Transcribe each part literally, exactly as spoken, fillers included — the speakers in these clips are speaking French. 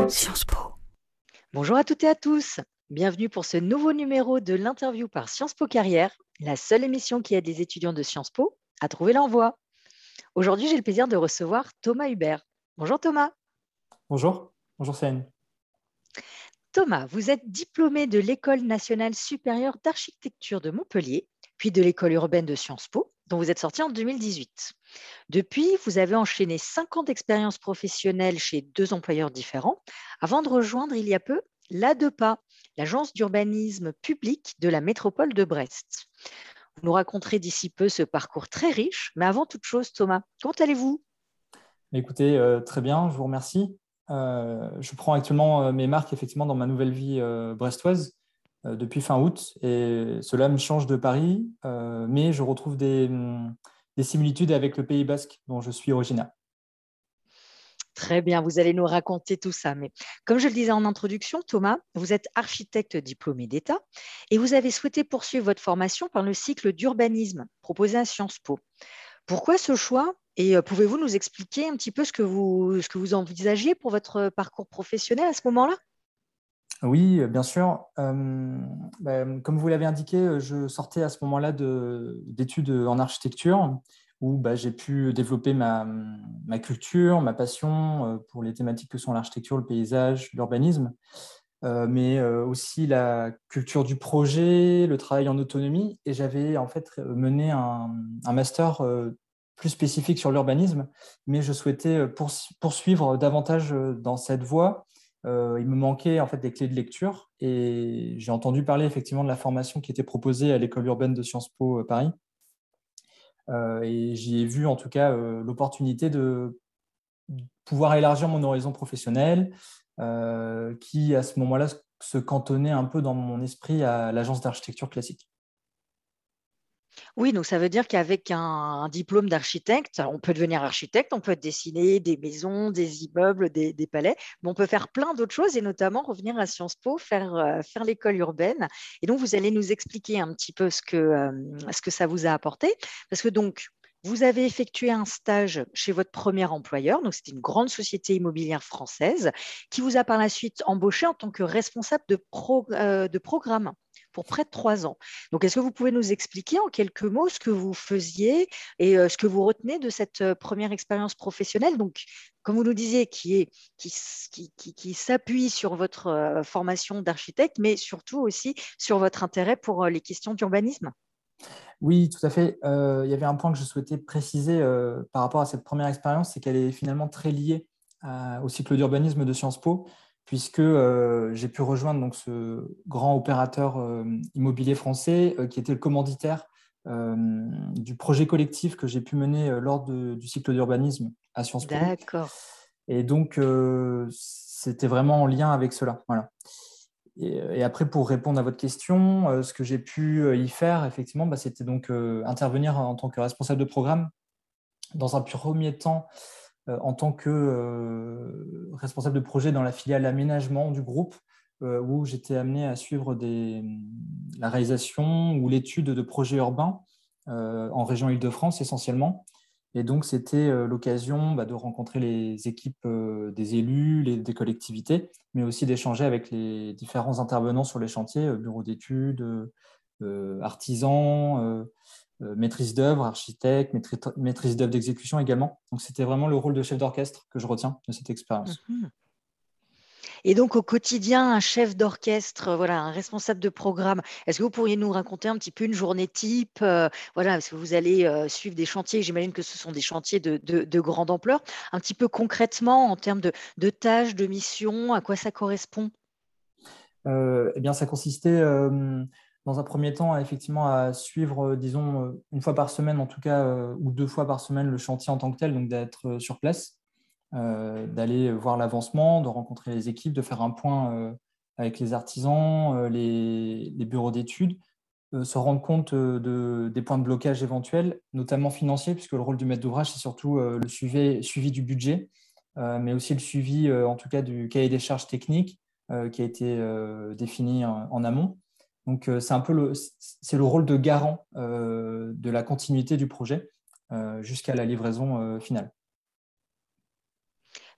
Sciences Po. Bonjour à toutes et à tous. Bienvenue pour ce nouveau numéro de l'interview par Sciences Po Carrière, la seule émission qui aide les étudiants de Sciences Po à trouver leur voie. Aujourd'hui, j'ai le plaisir de recevoir Thomas Hubert. Bonjour Thomas. Bonjour, bonjour Céline. Thomas, vous êtes diplômé de l'École nationale supérieure d'architecture de Montpellier, puis de l'École urbaine de Sciences Po, dont vous êtes sorti en deux mille dix-huit. Depuis, vous avez enchaîné cinq ans d'expérience professionnelle chez deux employeurs différents, avant de rejoindre il y a peu l'A D E P A, l'Agence d'urbanisme public de la métropole de Brest. Vous nous raconterez d'ici peu ce parcours très riche, mais avant toute chose, Thomas, comment allez-vous ? Écoutez, euh, très bien, je vous remercie. Euh, je prends actuellement euh, mes marques effectivement dans ma nouvelle vie euh, brestoise euh, depuis fin août et cela me change de Paris, euh, mais je retrouve des, hum, des similitudes avec le Pays basque dont je suis originaire. Très bien, vous allez nous raconter tout ça. Mais comme je le disais en introduction, Thomas, vous êtes architecte diplômé d'État et vous avez souhaité poursuivre votre formation par le cycle d'urbanisme proposé à Sciences Po. Pourquoi ce choix ? Et euh, pouvez-vous nous expliquer un petit peu ce que vous, ce que vous envisagiez pour votre parcours professionnel à ce moment-là ? Oui, bien sûr. Euh, bah, comme vous l'avez indiqué, je sortais à ce moment-là de- d'études en architecture où bah, j'ai pu développer ma, ma culture, ma passion euh, pour les thématiques que sont l'architecture, le paysage, l'urbanisme, euh, mais euh, aussi la culture du projet, le travail en autonomie. Et j'avais en fait mené un, un master euh, plus spécifique sur l'urbanisme, mais je souhaitais poursu- poursuivre davantage dans cette voie. Euh, il me manquait en fait des clés de lecture et j'ai entendu parler effectivement de la formation qui était proposée à l'école urbaine de Sciences Po euh, Paris. Euh, et j'y ai vu en tout cas euh, l'opportunité de pouvoir élargir mon horizon professionnel, euh, qui à ce moment-là se cantonnait un peu dans mon esprit à l'agence d'architecture classique. Oui, donc ça veut dire qu'avec un, un diplôme d'architecte, on peut devenir architecte, on peut dessiner des maisons, des immeubles, des, des palais, mais on peut faire plein d'autres choses et notamment revenir à Sciences Po, faire, euh, faire l'école urbaine. Et donc, vous allez nous expliquer un petit peu ce que, euh, ce que ça vous a apporté. Parce que donc, vous avez effectué un stage chez votre premier employeur, donc c'était une grande société immobilière française, qui vous a par la suite embauché en tant que responsable de, pro- euh, de programme pour près de trois ans. Donc, est-ce que vous pouvez nous expliquer en quelques mots ce que vous faisiez et euh, ce que vous retenez de cette euh, première expérience professionnelle? Donc, comme vous nous disiez, qui est, qui, s- qui, qui- qui s'appuie sur votre euh, formation d'architecte, mais surtout aussi sur votre intérêt pour euh, les questions d'urbanisme. Oui, tout à fait. Euh, il y avait un point que je souhaitais préciser euh, par rapport à cette première expérience, c'est qu'elle est finalement très liée à- au cycle d'urbanisme de Sciences Po, puisque euh, j'ai pu rejoindre donc, ce grand opérateur euh, immobilier français euh, qui était le commanditaire euh, du projet collectif que j'ai pu mener euh, lors de- du cycle d'urbanisme à Sciences Po. D'accord. Et donc, euh, c'était vraiment en lien avec cela. Voilà. Et, et après, pour répondre à votre question, euh, ce que j'ai pu euh, y faire, effectivement, bah, c'était donc euh, intervenir en tant que responsable de programme, dans un premier temps euh, en tant que euh, responsable de projet dans la filiale aménagement du groupe, euh, où j'étais amené à suivre des, la réalisation ou l'étude de projets urbains euh, en région Île-de-France essentiellement. Et donc, c'était euh, l'occasion bah, de rencontrer les équipes euh, des élus, les, des collectivités, mais aussi d'échanger avec les différents intervenants sur les chantiers, euh, bureaux d'études, euh, artisans, euh, euh, maîtrise d'œuvre, architecte, maîtrise, maîtrise d'œuvre d'exécution également. Donc, c'était vraiment le rôle de chef d'orchestre que je retiens de cette expérience. Mhm. Et donc, au quotidien, un chef d'orchestre, euh, voilà, un responsable de programme, est-ce que vous pourriez nous raconter un petit peu une journée type euh, voilà, est-ce que vous allez euh, suivre des chantiers, j'imagine que ce sont des chantiers de, de- de grande ampleur, un petit peu concrètement en termes de, de tâches, de missions, à quoi ça correspond? Euh, eh bien, ça consistait euh, dans un premier temps à, effectivement à suivre, euh, disons, euh, une fois par semaine en tout cas, euh, ou deux fois par semaine le chantier en tant que tel, donc d'être euh, sur place, euh, d'aller voir l'avancement, de rencontrer les équipes, de faire un point euh, avec les artisans, euh, les, les bureaux d'études, euh, se rendre compte euh, de, des points de blocage éventuels, notamment financiers, puisque le rôle du maître d'ouvrage, c'est surtout euh, le suivi, suivi du budget, euh, mais aussi le suivi, euh, en tout cas, du cahier des charges techniques euh, qui a été euh, défini en, en amont. Donc, euh, c'est un peu le, c'est le rôle de garant euh, de la continuité du projet euh, jusqu'à la livraison euh, finale.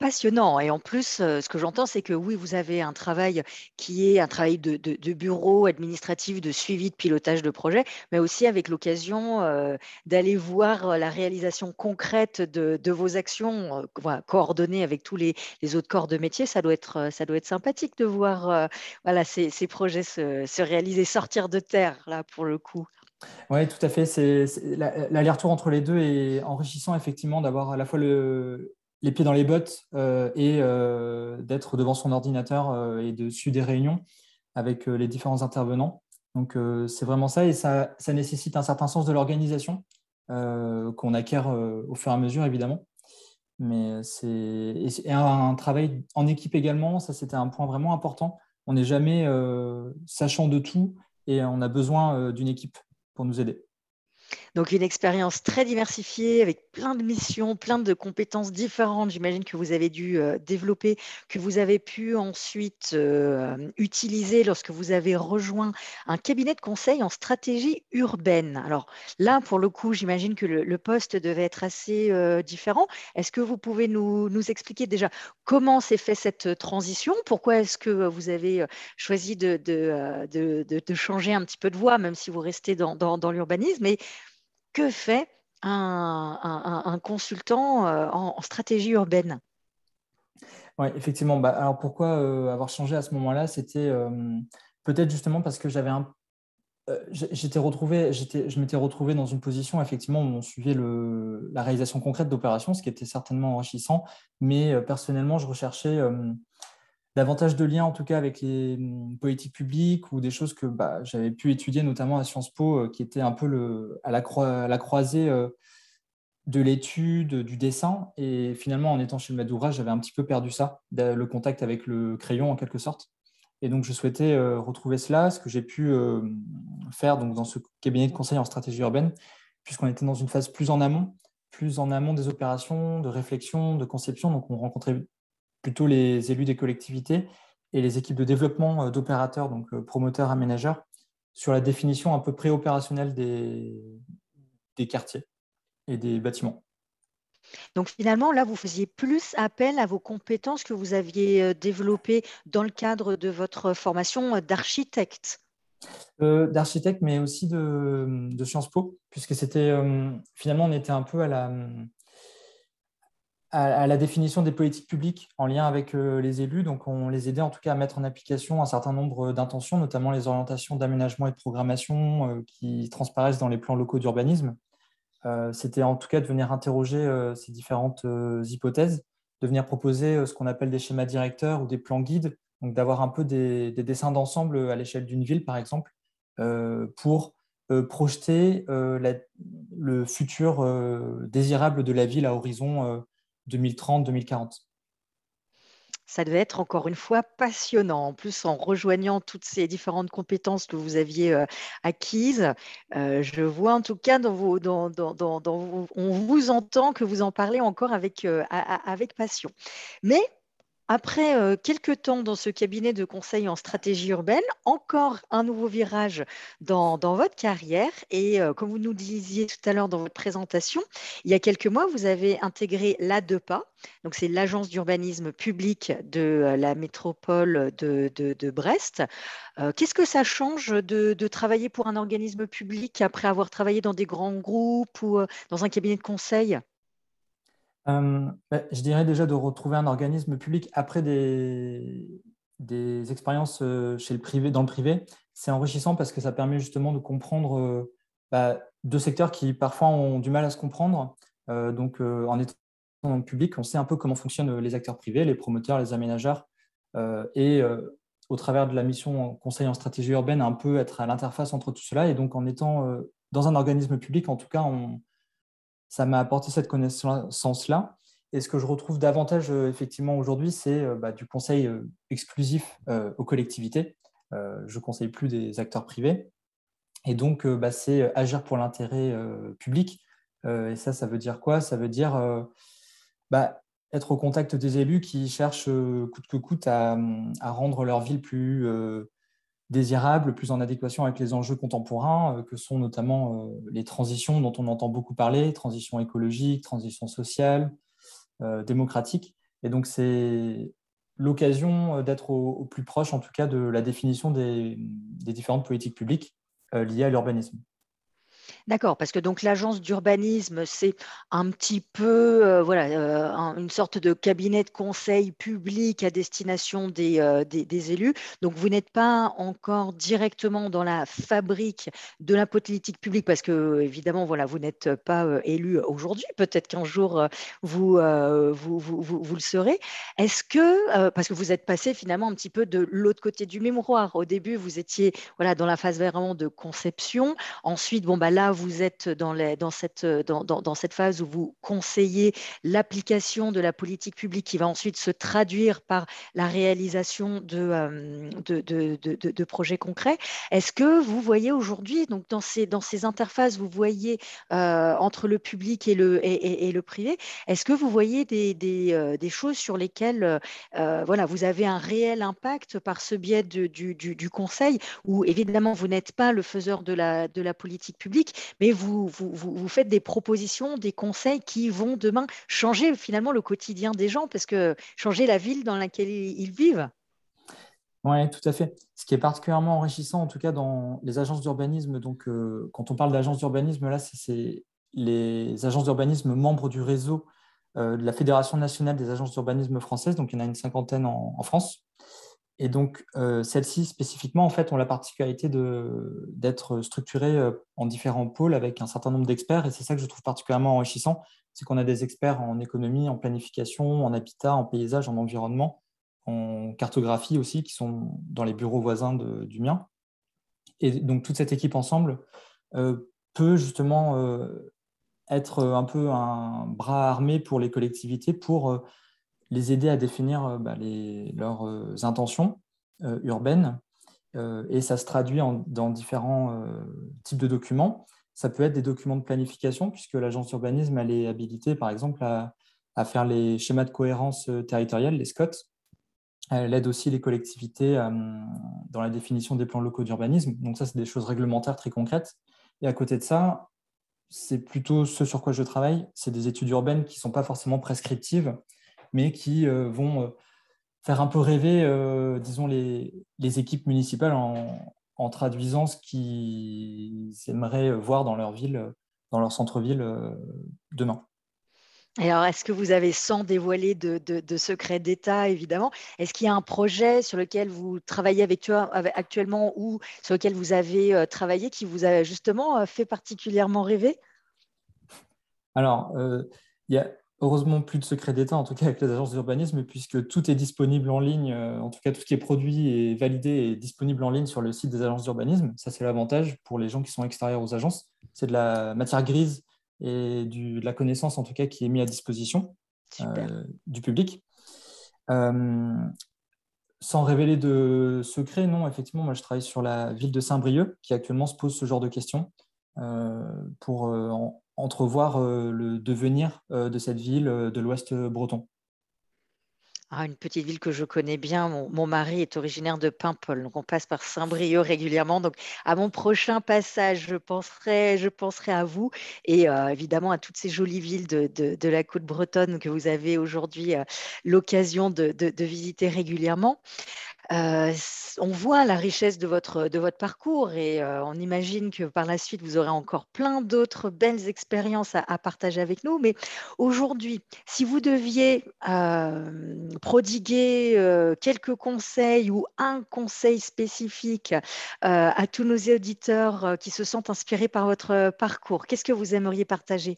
Passionnant. Et en plus, euh, ce que j'entends, c'est que oui, vous avez un travail qui est un travail de, de- de bureau administratif, de suivi, de pilotage de projet, mais aussi avec l'occasion euh, d'aller voir euh, la réalisation concrète de, de vos actions, euh, voilà, coordonnées avec tous les, les autres corps de métier. Ça doit être, euh, ça doit être sympathique de voir euh, voilà, ces, ces projets se, se réaliser, sortir de terre, là, pour le coup. Oui, tout à fait. C'est, c'est- la- l'aller-retour entre les deux est enrichissant, effectivement, d'avoir à la fois le, les pieds dans les bottes euh, et euh, d'être devant son ordinateur euh, et de suivre des réunions avec euh, les différents intervenants. Donc, euh, c'est vraiment ça et ça, ça nécessite un certain sens de l'organisation euh, qu'on acquiert euh, au fur et à mesure, évidemment. Mais c'est et c'est- et un, travail en équipe également, ça, c'était un point vraiment important. On n'est jamais euh, sachant de tout et on a besoin euh, d'une équipe pour nous aider. Donc, une expérience très diversifiée avec plein de missions, plein de compétences différentes. J'imagine que vous avez dû euh, développer, que vous avez pu ensuite euh, utiliser lorsque vous avez rejoint un cabinet de conseil en stratégie urbaine. Alors là, pour le coup, j'imagine que le, le poste devait être assez euh, différent. Est-ce que vous pouvez nous, nous expliquer déjà comment s'est fait cette transition? Pourquoi est-ce que vous avez euh, choisi de, de, euh, de- de- de changer un petit peu de voie, même si vous restez dans, dans- dans l'urbanisme? Et que fait un, un- un- un consultant euh, en, en stratégie urbaine? Oui, effectivement. Bah, alors pourquoi euh, avoir changé à ce moment-là? C'était euh, peut-être justement parce que j'avais un, euh, j'ai- j'étais retrouvé, j'étais, je m'étais retrouvé dans une position effectivement où on suivait le, la réalisation concrète d'opérations, ce qui était certainement enrichissant. Mais euh, personnellement, je recherchais euh, davantage de liens, en tout cas, avec les hum, politiques publiques ou des choses que bah, j'avais pu étudier, notamment à Sciences Po, euh, qui était un peu le, à la, croi- à la croisée euh, de l'étude, du dessin. Et finalement, en étant chez le maître d'ouvrage, j'avais un petit peu perdu ça, le contact avec le crayon en quelque sorte. Et donc, je souhaitais euh, retrouver cela, ce que j'ai pu euh, faire donc, dans ce cabinet de conseil en stratégie urbaine, puisqu'on était dans une phase plus en amont, plus en amont des opérations, de réflexion, de conception. Donc, on rencontrait plutôt les élus des collectivités et les équipes de développement euh, d'opérateurs, donc euh, promoteurs, aménageurs, sur la définition un peu préopérationnelle des, des quartiers et des bâtiments. Donc finalement, là, vous faisiez plus appel à vos compétences que vous aviez euh, développées dans le cadre de votre formation euh, d'architecte. Euh, d'architecte, mais aussi de, de Sciences Po, puisque c'était euh, finalement on était un peu à la, à, à la définition des politiques publiques en lien avec euh, les élus. Donc on les aidait en tout cas à mettre en application un certain nombre d'intentions, notamment les orientations d'aménagement et de programmation euh, qui transparaissent dans les plans locaux d'urbanisme. Euh, c'était en tout cas de venir interroger euh, ces différentes euh, hypothèses, de venir proposer euh, ce qu'on appelle des schémas directeurs ou des plans guides, donc d'avoir un peu des, des dessins d'ensemble à l'échelle d'une ville, par exemple, euh, pour euh, projeter euh, la- le futur euh, désirable de la ville à horizon euh, deux mille trente deux mille quarante. Ça devait être encore une fois passionnant. En plus, en rejoignant toutes ces différentes compétences que vous aviez euh, acquises, euh, je vois en tout cas dans vos, dans, dans, dans, dans vos- on vous entend que vous en parlez encore avec, euh, a- a- avec passion. Mais après euh, quelques temps dans ce cabinet de conseil en stratégie urbaine, encore un nouveau virage dans, dans votre carrière. Et euh, comme vous nous disiez tout à l'heure dans votre présentation, il y a quelques mois, vous avez intégré l'A D E P A, donc c'est l'agence d'urbanisme public de euh, la métropole de, de- de Brest. Euh, qu'est-ce que ça change de, de travailler pour un organisme public après avoir travaillé dans des grands groupes ou euh, dans un cabinet de conseil? Euh, bah, je dirais déjà de retrouver un organisme public après des, des expériences euh, chez le privé, dans le privé. C'est enrichissant parce que ça permet justement de comprendre euh, bah, deux secteurs qui parfois ont du mal à se comprendre. Euh, donc, euh, en étant dans le public, on sait un peu comment fonctionnent les acteurs privés, les promoteurs, les aménageurs. Euh, et euh, au travers de la mission en conseil en stratégie urbaine, un peu être à l'interface entre tout cela. Et donc, en étant euh, dans un organisme public, en tout cas, on ça m'a apporté cette connaissance-là. Et ce que je retrouve davantage euh, effectivement aujourd'hui, c'est euh, bah, du conseil euh, exclusif euh, aux collectivités. Euh, je ne conseille plus des acteurs privés. Et donc, euh, bah, c'est euh, agir pour l'intérêt euh, public. Euh, et ça, ça veut dire quoi? Ça veut dire euh, bah, être au contact des élus qui cherchent euh, coûte que coûte à, à rendre leur ville plus euh, désirables, plus en adéquation avec les enjeux contemporains, euh, que sont notamment euh, les transitions dont on entend beaucoup parler, transition écologique, transition sociale, euh, démocratique. Et donc, c'est l'occasion d'être au, au plus proche, en tout cas, de la définition des, des différentes politiques publiques euh, liées à l'urbanisme. D'accord, parce que donc l'agence d'urbanisme, c'est un petit peu euh, voilà, euh, un- une sorte de cabinet de conseil public à destination des, euh, des, des élus. Donc vous n'êtes pas encore directement dans la fabrique de la politique publique parce que évidemment voilà, vous n'êtes pas euh, élu aujourd'hui. Peut-être qu'un jour euh, vous, euh, vous, vous, vous, vous le serez. Est-ce que euh, parce que vous êtes passé finalement un petit peu de l'autre côté du mémoire. Au début, vous étiez voilà dans la phase vraiment de conception. Ensuite, bon, bah là, vous êtes dans, les- dans cette, dans, dans- dans cette phase où vous conseillez l'application de la politique publique qui va ensuite se traduire par la réalisation de, euh, de, de- de- de- de projets concrets. Est-ce que vous voyez aujourd'hui, donc dans ces, dans ces interfaces, vous voyez euh, entre le public et le, et, et- et le privé, est-ce que vous voyez des, des, euh, des choses sur lesquelles euh, voilà, vous avez un réel impact par ce biais de- du, du- du conseil où évidemment vous n'êtes pas le faiseur de la, de la politique publique, mais vous, vous, vous, vous faites des propositions, des conseils qui vont demain changer finalement le quotidien des gens, parce que changer la ville dans laquelle ils, ils vivent. Oui, tout à fait. Ce qui est particulièrement enrichissant, en tout cas dans les agences d'urbanisme, donc euh, quand on parle d'agences d'urbanisme, là, c'est c'est les agences d'urbanisme membres du réseau euh, de la Fédération nationale des agences d'urbanisme françaises, donc il y en a une cinquantaine en, en France. Et donc, euh, celles-ci spécifiquement, en fait, ont la particularité de- d'être structurées euh, en différents pôles avec un certain nombre d'experts, et c'est ça que je trouve particulièrement enrichissant, c'est qu'on a des experts en économie, en planification, en habitat, en paysage, en environnement, en cartographie aussi, qui sont dans les bureaux voisins de- du mien. Et donc, toute cette équipe ensemble euh, peut justement euh, être un peu un bras armé pour les collectivités pour euh, les aider à définir euh, bah, les- leurs euh, intentions euh, urbaines. Euh, et ça se traduit en- dans différents euh, types de documents. Ça peut être des documents de planification, puisque l'agence d'urbanisme, elle est habilitée, par exemple, à, à faire les schémas de cohérence euh, territoriale, les SCOT. Elle aide aussi les collectivités euh, dans la définition des plans locaux d'urbanisme. Donc ça, c'est des choses réglementaires très concrètes. Et à côté de ça, c'est plutôt ce sur quoi je travaille. C'est des études urbaines qui ne sont pas forcément prescriptives, mais qui euh, vont euh, faire un peu rêver, euh, disons, les, les équipes municipales en, en traduisant ce qu'ils aimeraient voir dans leur ville, dans leur centre-ville euh, demain. Et alors, est-ce que vous avez, sans dévoiler de, de, de secrets d'État, évidemment, est-ce qu'il y a un projet sur lequel vous travaillez avec toi avec- actuellement ou sur lequel vous avez euh, travaillé qui vous a justement euh, fait particulièrement rêver? Alors, euh, il y a heureusement plus de secret d'État, en tout cas avec les agences d'urbanisme, puisque tout est disponible en ligne, euh, en tout cas tout ce qui est produit et validé est disponible en ligne sur le site des agences d'urbanisme. Ça, c'est l'avantage pour les gens qui sont extérieurs aux agences. C'est de la matière grise et du- de la connaissance, en tout cas, qui est mise à disposition Super. euh, du public. Euh, Sans révéler de secret, non, effectivement, moi je travaille sur la ville de Saint-Brieuc, qui actuellement se pose ce genre de questions euh, pour euh, en- entrevoir euh, le devenir euh, de cette ville euh, de l'Ouest breton. Ah, une petite ville que je connais bien. Mon, mon mari est originaire de Paimpol, donc on passe par Saint-Brieuc régulièrement. Donc, à mon prochain passage, je penserai, je penserai à vous et euh, évidemment à toutes ces jolies villes de, de- de la côte bretonne que vous avez aujourd'hui euh, l'occasion de, de- de visiter régulièrement. Euh, s- on voit la richesse de votre, de votre parcours et euh, on imagine que par la suite, vous aurez encore plein d'autres belles expériences à, à partager avec nous. Mais aujourd'hui, si vous deviez euh, prodiguer euh, quelques conseils ou un conseil spécifique euh, à tous nos auditeurs euh, qui se sentent inspirés par votre parcours, qu'est-ce que vous aimeriez partager?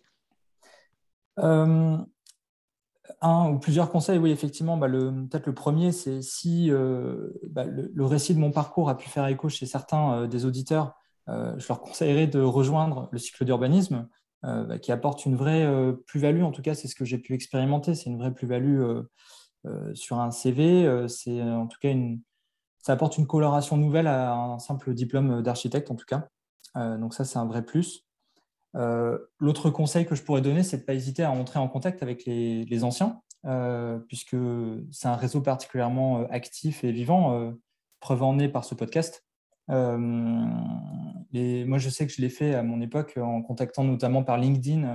Euh, un ou plusieurs conseils, oui, effectivement. Bah, le, peut-être le premier, c'est si euh, bah, le, le récit de mon parcours a pu faire écho chez certains euh, des auditeurs, euh, je leur conseillerais de rejoindre le cycle d'urbanisme, euh, bah, qui apporte une vraie euh, plus-value. En tout cas, c'est ce que j'ai pu expérimenter. C'est une vraie plus-value euh, euh, sur un C V. Euh, c'est euh, en tout cas une, ça apporte une coloration nouvelle à un simple diplôme d'architecte, en tout cas. Euh, donc ça, c'est un vrai plus. Euh, l'autre conseil que je pourrais donner, c'est de ne pas hésiter à entrer en contact avec les, les anciens, euh, puisque c'est un réseau particulièrement euh, actif et vivant, euh, preuve en est par ce podcast. Euh, et moi, je sais que je l'ai fait à mon époque en contactant notamment par LinkedIn euh,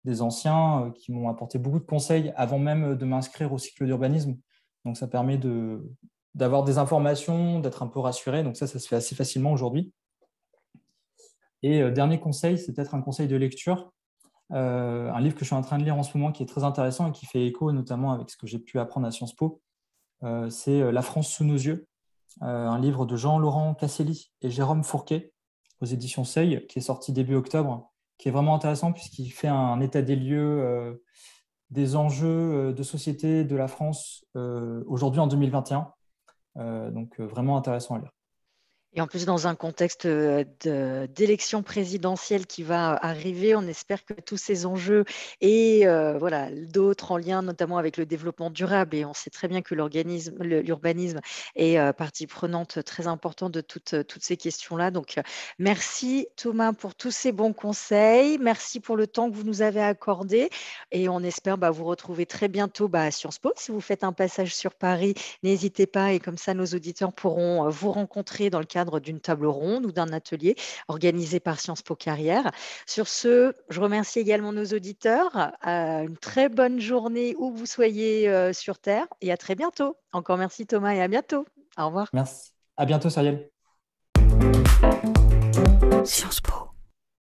des anciens qui m'ont apporté beaucoup de conseils avant même de m'inscrire au cycle d'urbanisme. Donc, ça permet de, d'avoir des informations, d'être un peu rassuré. Donc, ça, ça se fait assez facilement aujourd'hui. Et euh, dernier conseil, c'est peut-être un conseil de lecture. Euh, un livre que je suis en train de lire en ce moment qui est très intéressant et qui fait écho notamment avec ce que j'ai pu apprendre à Sciences Po. Euh, c'est La France sous nos yeux, euh, un livre de Jean-Laurent Casselli et Jérôme Fourquet aux éditions Seuil, qui est sorti début octobre, qui est vraiment intéressant puisqu'il fait un état des lieux euh, des enjeux de société de la France euh, aujourd'hui en deux mille vingt et un. Euh, donc euh, vraiment intéressant à lire. Et en plus, dans un contexte euh, de- d'élection présidentielle qui va arriver, on espère que tous ces enjeux et euh, voilà, d'autres en lien notamment avec le développement durable, et on sait très bien que l'organisme, le- l'urbanisme est euh, partie prenante très importante de toutes, toutes ces questions-là. Donc, euh, merci Thomas pour tous ces bons conseils. Merci pour le temps que vous nous avez accordé. Et on espère bah, vous retrouver très bientôt bah, à Sciences Po. Si vous faites un passage sur Paris, n'hésitez pas, et comme ça, nos auditeurs pourront euh, vous rencontrer dans le cadre d'une table ronde ou d'un atelier organisé par Sciences Po Carrière. Sur ce, je remercie également nos auditeurs. Euh, une très bonne journée où vous soyez euh, sur Terre, et à très bientôt. Encore merci Thomas, et à bientôt. Au revoir. Merci. À bientôt, Cyrielle. Sciences Po.